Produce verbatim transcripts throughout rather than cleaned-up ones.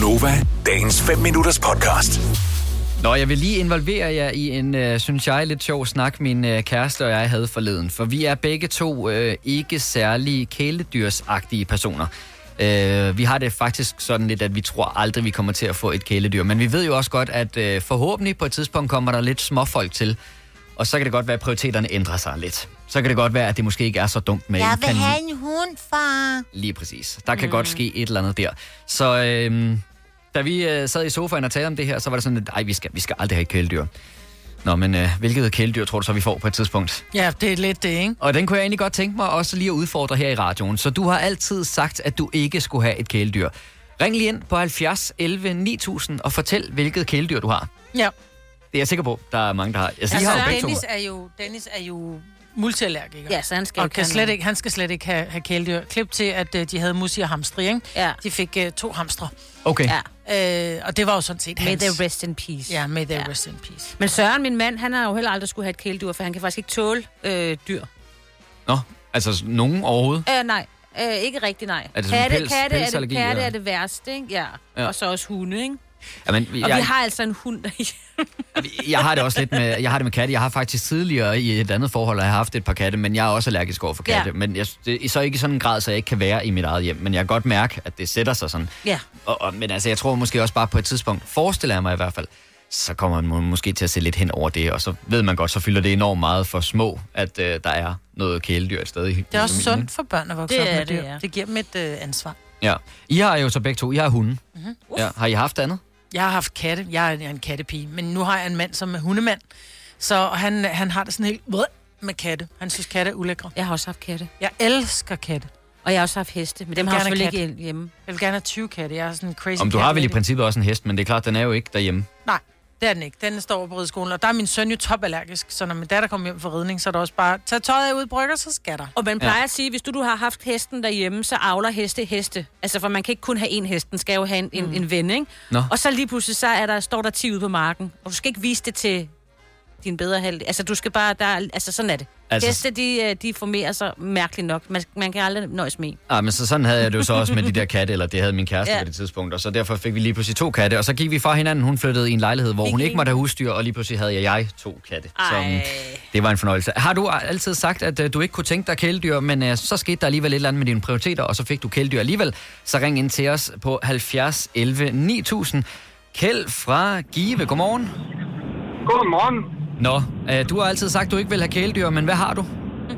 Gonova, dagens fem minutters podcast. Nå, jeg vil lige involvere jer i en, øh, synes jeg, lidt sjov snak, min øh, kæreste og jeg havde forleden. For vi er begge to øh, ikke særlig kæledyrsagtige personer. Øh, vi har det faktisk sådan lidt, at vi tror aldrig, vi kommer til at få et kæledyr. Men vi ved jo også godt, at øh, forhåbentlig på et tidspunkt kommer der lidt småfolk til. Og så kan det godt være, at prioriteterne ændrer sig lidt. Så kan det godt være, at det måske ikke er så dumt med jeg en kanin. vil have en hund, far. Lige præcis. Der kan mm. godt ske et eller andet der. Så øh, da vi øh, sad i sofaen og talte om det her, så var det sådan, at ej, vi skal, vi skal aldrig have et kæledyr. Nå, men øh, hvilket kæledyr tror du så, vi får på et tidspunkt? Ja, det er lidt det, ikke? Og den kunne jeg egentlig godt tænke mig også lige at udfordre her i radioen. Så du har altid sagt, at du ikke skulle have et kæledyr. Ring lige ind på halvfjerds elleve ni tusind og fortæl, hvilket kæledyr du har. Ja. Det er jeg sikker på, der er mange, der har. Altså, Altså, har jo begge Dennis to. er jo, Dennis er jo multiallergiker. Ja, så han skal og jo kan kan slet ikke, han skal slet ikke have, have kæledyr. Klip til, at uh, de havde musi og hamstre, ikke? Ja. De fik uh, to hamstre. Okay. Ja. Uh, og det var jo sådan set May hans. they rest in peace. Ja, may they Ja. rest in peace. Men Søren, min mand, han har jo heller aldrig skulle have et kæledyr, for han kan faktisk ikke tåle øh, dyr. Nå, altså nogen overhovedet? Øh, nej, øh, ikke rigtig nej. Er det sådan katte, pels- katte, er det, pelsallergi, katte eller? er det værste, ikke? Ja. Ja. Og så også hunde, ikke? Jamen, Og jeg, vi har altså en hund derhjemme. jeg har det også lidt med, jeg har det med katte. Jeg har faktisk tidligere i et andet forhold, jeg har haft et par katte, men jeg er også allergisk over for katte. Ja. Men jeg, det er så ikke i sådan en grad, så jeg ikke kan være i mit eget hjem. Men jeg kan godt mærke, at det sætter sig sådan. Ja. Og, og, men altså, jeg tror måske også bare på et tidspunkt, forestiller jeg mig i hvert fald, så kommer man må, måske til at se lidt hen over det, og så ved man godt, så fylder det enormt meget for små, at øh, der er noget kæledyr et sted i Det er også familien, sundt for børn at vokse Det op er med det, dyr. ja. Det giver dem et øh, ansvar. Ja. I har jo så begge to, I har hunde. Mm-hmm. Ja. Har I haft andet? Jeg har haft katte. Jeg er en kattepige. Men nu har jeg en mand, som er hundemand. Så han, han har det sådan helt "Bleh" med katte. Han synes, katte er ulækre. Jeg har også haft katte. Jeg elsker katte. Og jeg har også haft heste, men dem vil har jeg gerne selvfølgelig have ikke hjemme. Jeg vil gerne have tyve katte. Jeg er sådan en crazy Om du har vel i cat lady. princippet også en hest, men det er klart, den er jo ikke derhjemme. Nej, det er den ikke. Den står på rideskolen. Og der er min søn jo topallergisk. Så når min datter kommer hjem fra ridning, så er det også bare, tag tøjet af ud i brygger, så skal der. Og man plejer ja. at sige, hvis du, du har haft hesten derhjemme, så avler heste heste. Altså, for man kan ikke kun have en hest, den skal jo have en, en, en ven, ikke? Nå. Og så lige pludselig, så er der, står der ti ude på marken, og du skal ikke vise det til din bedre halvdel. Altså, du skal bare, der, altså sådan er det. Altså- Altså... Heste, de, de formerer sig mærkeligt nok. Man, man kan aldrig nøjes med. Ah, men så sådan havde jeg det jo så også med de der katte, eller det havde min kæreste Ja. på det tidspunkt, og så derfor fik vi lige pludselig to katte, og så gik vi fra hinanden, hun flyttede i en lejlighed, hvor Fik hun I ikke en? måtte have husdyr, og lige pludselig havde jeg, jeg to katte. Så Ej. um, det var en fornøjelse. Har du altid sagt, at uh, du ikke kunne tænke dig kæledyr, men uh, så skete der alligevel et eller andet med dine prioriteter, og så fik du kæledyr alligevel, så ring ind til os på halvfjerds elleve ni tusind. Kjeld fra Give, godmorgen. Godmorgen. Nå, uh, du har altid sagt, at du ikke vil have kæledyr, men hvad har du?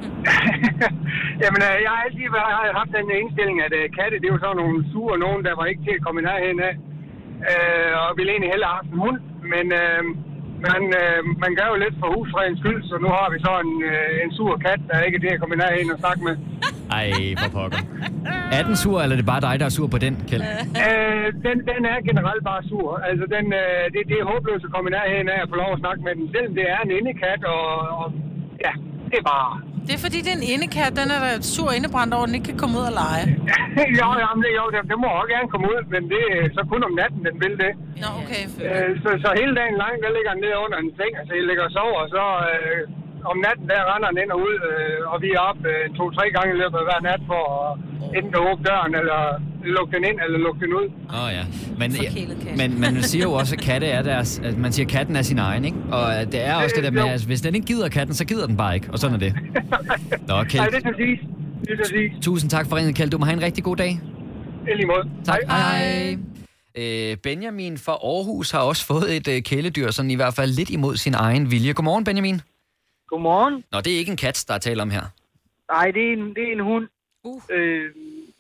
Jamen, øh, jeg har altid været- har haft den indstilling, at øh, katte, det er jo sådan nogle sure nogen, der var ikke til at komme i nærheden af. Øh, og ville egentlig hellere have haft en hund. Men øh, man, øh, man gør jo lidt for husfredens skyld, så nu har vi så en, øh, en sur kat, der ikke er til at komme i nærheden og snakke med. Ej, for pokker. Er den sur, eller er det bare dig, der er sur på den, Kjeld? Øh, den, den er generelt bare sur. Altså, den, øh, det, det er håbløst at komme i nærheden af at få lov at snakke med den. Selvom det er en indekat, og, og ja, det er bare... Det er fordi, det er en indekat. Den er da sur indebrændt over, den ikke kan komme ud og lege. jo, jamen, det, jo, det, det må også gerne komme ud, men det er så kun om natten, den vil det. Nå, okay. Øh, så, så hele dagen lang, der ligger den nede under en seng, altså jeg ligger og sover, og så øh, om natten, der render den ind og ud, øh, og vi er op øh, to-tre gange i løbet af hver nat for at enten at åbne døren, eller lukke den ind, eller lukke den ud. Åh oh, ja. Men, ja, Forkælet kat. men man siger jo også, at katte er deres... At man siger, at katten er sin egen, ikke? Og at det er også det der med, at hvis den ikke gider katten, så gider den bare ikke. Og sådan er det. Nå, Nej, Kjeld. det er præcis. Det er præcis. Tusind tak for ringet, Kjeld. Du må have en rigtig god dag. I lige måde. Tak. Hej. Hej. Øh, Benjamin fra Aarhus har også fået et øh, kæledyr, sådan i hvert fald lidt imod sin egen vilje. Godmorgen, Benjamin. Godmorgen. Nå, det er ikke en kat, der er tale om her. Nej, det er en, det er en hund. Uh. Øh,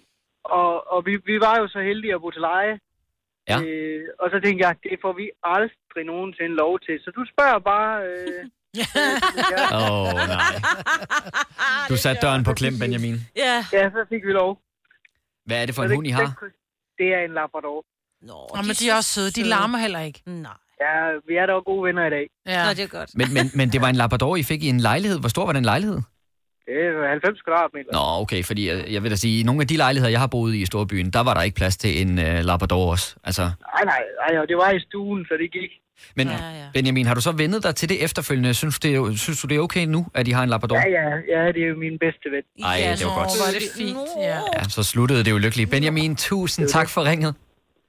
og og vi, vi var jo så heldige at bo til leje. Ja. Øh, og så tænkte jeg, det får vi aldrig nogensinde lov til. Så du spørger bare... Øh, Åh, oh, nej. Du satte døren på klem, Benjamin. Ja. ja, så fik vi lov. Hvad er det for Så en det- hund, I har? Det, det er en labrador. Nå, Nå, men de er også søde. De larmer heller ikke. Nej. Ja, vi er dog gode venner i dag. Ja. Nå, det er godt. Men, men, men det var en Labrador, I fik i en lejlighed. Hvor stor var den lejlighed? Det er halvfems kvadratmeter. Nå, okay, fordi jeg, jeg vil da sige, i nogle af de lejligheder, jeg har boet i i Storbyen, der var der ikke plads til en uh, Labrador også. Altså, Nej, nej, nej, det var i stuen, så det gik. men Ja, ja. Benjamin, har du så vendet dig til det efterfølgende? Synes, det er, synes du, det er okay nu, at I har en Labrador? Ja, ja, ja, det er jo min bedste ven. Ej, det var godt. Åh, hvor er det fint. Ja. Ja, så sluttede det jo lykkeligt. Benjamin, tusind tak for ringet.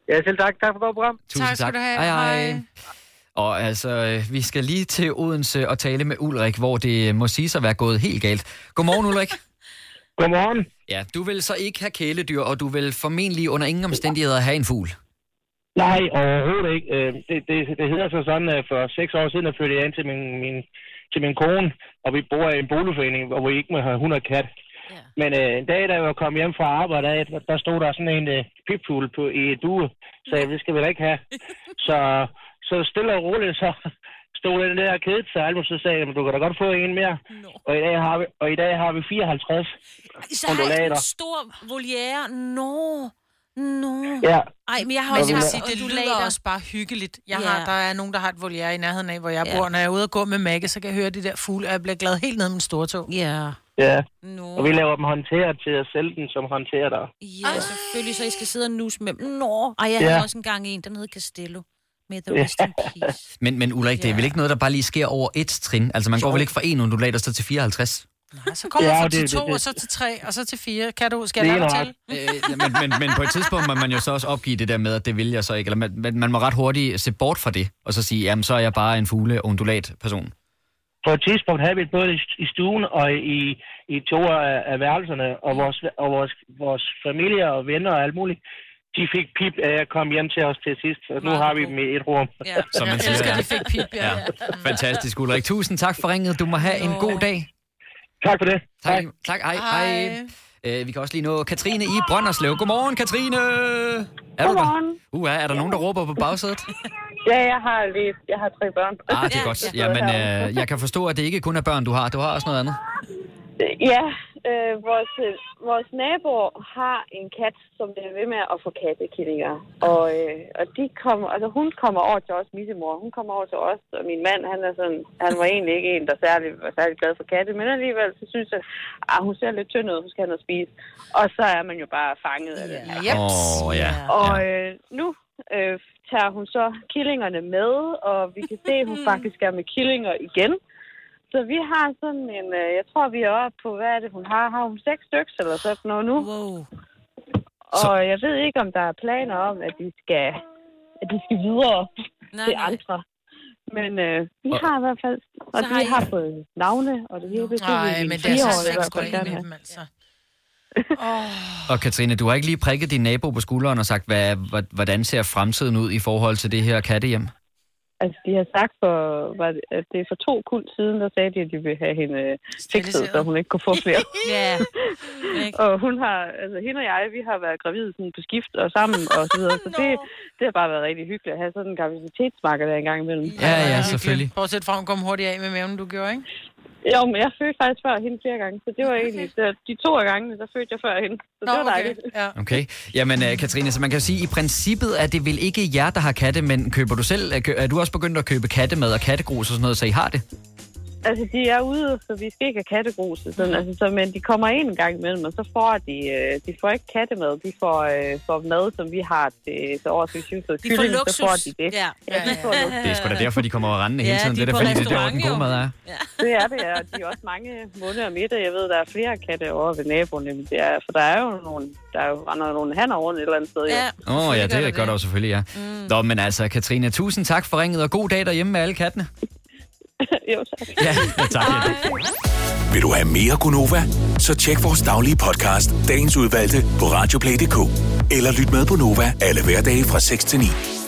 Ja, selv tak. Tak for godt program. Tusind Tak skal tak. du have. Hej, hej. Hej. Og altså, øh, vi skal lige til Odense og tale med Ulrik, hvor det må sige sig at være gået helt galt. Godmorgen, Ulrik. Godmorgen. Ja, du vil så ikke have kæledyr, og du vil formentlig under ingen omstændigheder have en fugl. Nej, overhovedet ikke. Øh, Det, det, det hedder så sådan, at for seks år siden, der flyttede jeg ind til min, min, til min kone, og vi bor i en boligforening, hvor vi ikke må have hund og kat. Ja. Men øh, en dag, da jeg kom hjem fra arbejde, der, der stod der sådan en øh, pipfugl på, i et due, så jeg, det skal vi da ikke have. Så, så stille og roligt, så stod den der og kedede sig, og så sagde jeg, du kan da godt få en mere. No. Og i dag har vi, og i dag har vi fireoghalvtreds Så har jeg undulater. en stor voliere. Nå. Nå. Ja, Ej, men jeg har Men også jeg vil haft sige, det lyder undulater. også bare hyggeligt. Jeg Ja. har, der er nogen, der har et voliere i nærheden af, hvor jeg Ja. bor. Når jeg er ude og gå med Maggie, så kan jeg høre de der fugle, og jeg bliver glad helt ned med min store tog. Ja. ja. Nå. Og vi laver dem håndteret til at sælge den som håndterer der. Ja, selvfølgelig, så I skal sidde og nus med dem. Nå. Ej, jeg havde Ja. også engang en, der hed Castello. Med The Rest in Peace. Men, men Ulrik, det er vel ikke noget, der bare lige sker over et trin? Altså, man går vel ikke fra en undulat og så til fireoghalvtreds? Nej, så kommer Ja, jeg fra det- til det- to, det- og så til tre, og så til fire. Kan du, skal Det jeg er lære dig nok. til? Øh, men, men, men på et tidspunkt må man jo så også opgive det der med, at det vil jeg så ikke. Eller man, man- man må ret hurtigt se bort fra det, og så sige, jamen så er jeg bare en fugle-undulat-person. På et tidspunkt havde vi et både i- i stuen og i, i to af, af værelserne, og, vores, og vores, vores familie og venner og alt muligt, de fik pip, at jeg kom hjem til os til sidst, og nu Meget har vi god. dem i et rum. Ja. Som man Jeg siger, elsker, ja. de fik pip, ja. Ja. Fantastisk, Ulrik. Tusind tak for ringet. Du må have en god dag. Tak for det. Tak. Tak. Hej. Hej. Øh, vi kan også lige nå Katrine i Brønderslev. Godmorgen, Katrine! Er du der? Uh, er der nogen, der råber på bagsædet? Ja, jeg har lige, jeg har tre børn. Ah, det er godt. Jamen, øh, jeg kan forstå, at det ikke kun er børn, du har. Du har også noget andet. Ja, øh, vores, øh, vores nabo har en kat, som bliver ved med at få kattekillinger. Og, øh, og de kommer, altså hun kommer over til os, missemor. Hun kommer over til os, og min mand, han er sådan, han var egentlig ikke en, der særlig, var særlig glad for katte, men alligevel så synes jeg, at hun ser lidt tynd ud, hun skal have noget at spise. Og så er man jo bare fanget af det her. Yep. Åh, oh, ja. Og ja. øh, nu øh, tager hun så killingerne med, og vi kan se, at hun faktisk er med killinger igen. Så vi har sådan en, øh, jeg tror, vi er oppe på, hvad er det, hun har? Har hun seks stykker eller sådan noget nu? Wow. Og så... jeg ved ikke, om der er planer om, at de skal, at de skal videre Nej, til nej. andre. Men øh, vi Og- har i hvert fald, og Så de har har, I- har fået navne, og det hele. Det Nej, vi men det er fire så år i slet hvert ikke fald med gerne have. dem, altså. Åh. Og Katrine, du har ikke lige prikket din nabo på skulderen og sagt, hvad, hvad- hvordan ser fremtiden ud i forhold til det her kattehjem? Altså, de har sagt, for, var det, at det er for to kuld siden, der sagde de, at de ville have hende øh, fikset, så hun ikke kunne få flere. Ja. Ikke? Og hun har, altså hende og jeg, vi har været gravide sådan på skift og sammen og så videre. Så det, det har bare været rigtig hyggeligt at have sådan en graviditetsmarked der en gang imellem. Ja, ja, Hyggeligt. selvfølgelig. Bortset fra, hun kom hurtigt af med maven, du gjorde, ikke? Jo, men jeg fødte faktisk før hende flere gange, så det var egentlig, det, de to af gangene, der fødte jeg før hende. Så det var okay. dejligt. Ja. Okay. Jamen, uh, Katrine, så man kan jo sige, i princippet er det vel ikke jer, der har katte, men køber du selv, er, kø- er du også begyndt at købe kattemad og kattegrus og sådan noget, så I har det? Altså, de er ude, så vi skal ikke have kattegrus. Sådan, altså, så, men de kommer ind en gang imellem, og så får de, øh, de får ikke kattemad. De får, øh, får mad, som vi har til så over til syv. Så De får luksus. så får de det. Ja. Ja, de får luksus. Det er sgu da derfor, de kommer rendende hele Ja, tiden. de Det er er da på fordi, det er der, den restaurant, gode mad er. Det er det, ja. De er også mange måneder og middag. Jeg ved, der er flere katte over ved naboen. Jamen, det er, for der er jo nogle, der er jo render nogle hanner rundt et eller andet sted. Ja. Ja. Åh oh, ja, Selvfølgelig det gør der jo selvfølgelig, ja. Mm. Nå, men altså, Katrine, tusind tak for ringet, og god dag derhjemme med alle kattene. jo, tak. Ja, ja tak. Ja. Vil du have mere Gunova? Så tjek vores daglige podcast, dagens udvalgte, på radioplay punktum d k. Eller lyt med på Nova alle hverdage fra seks til ni.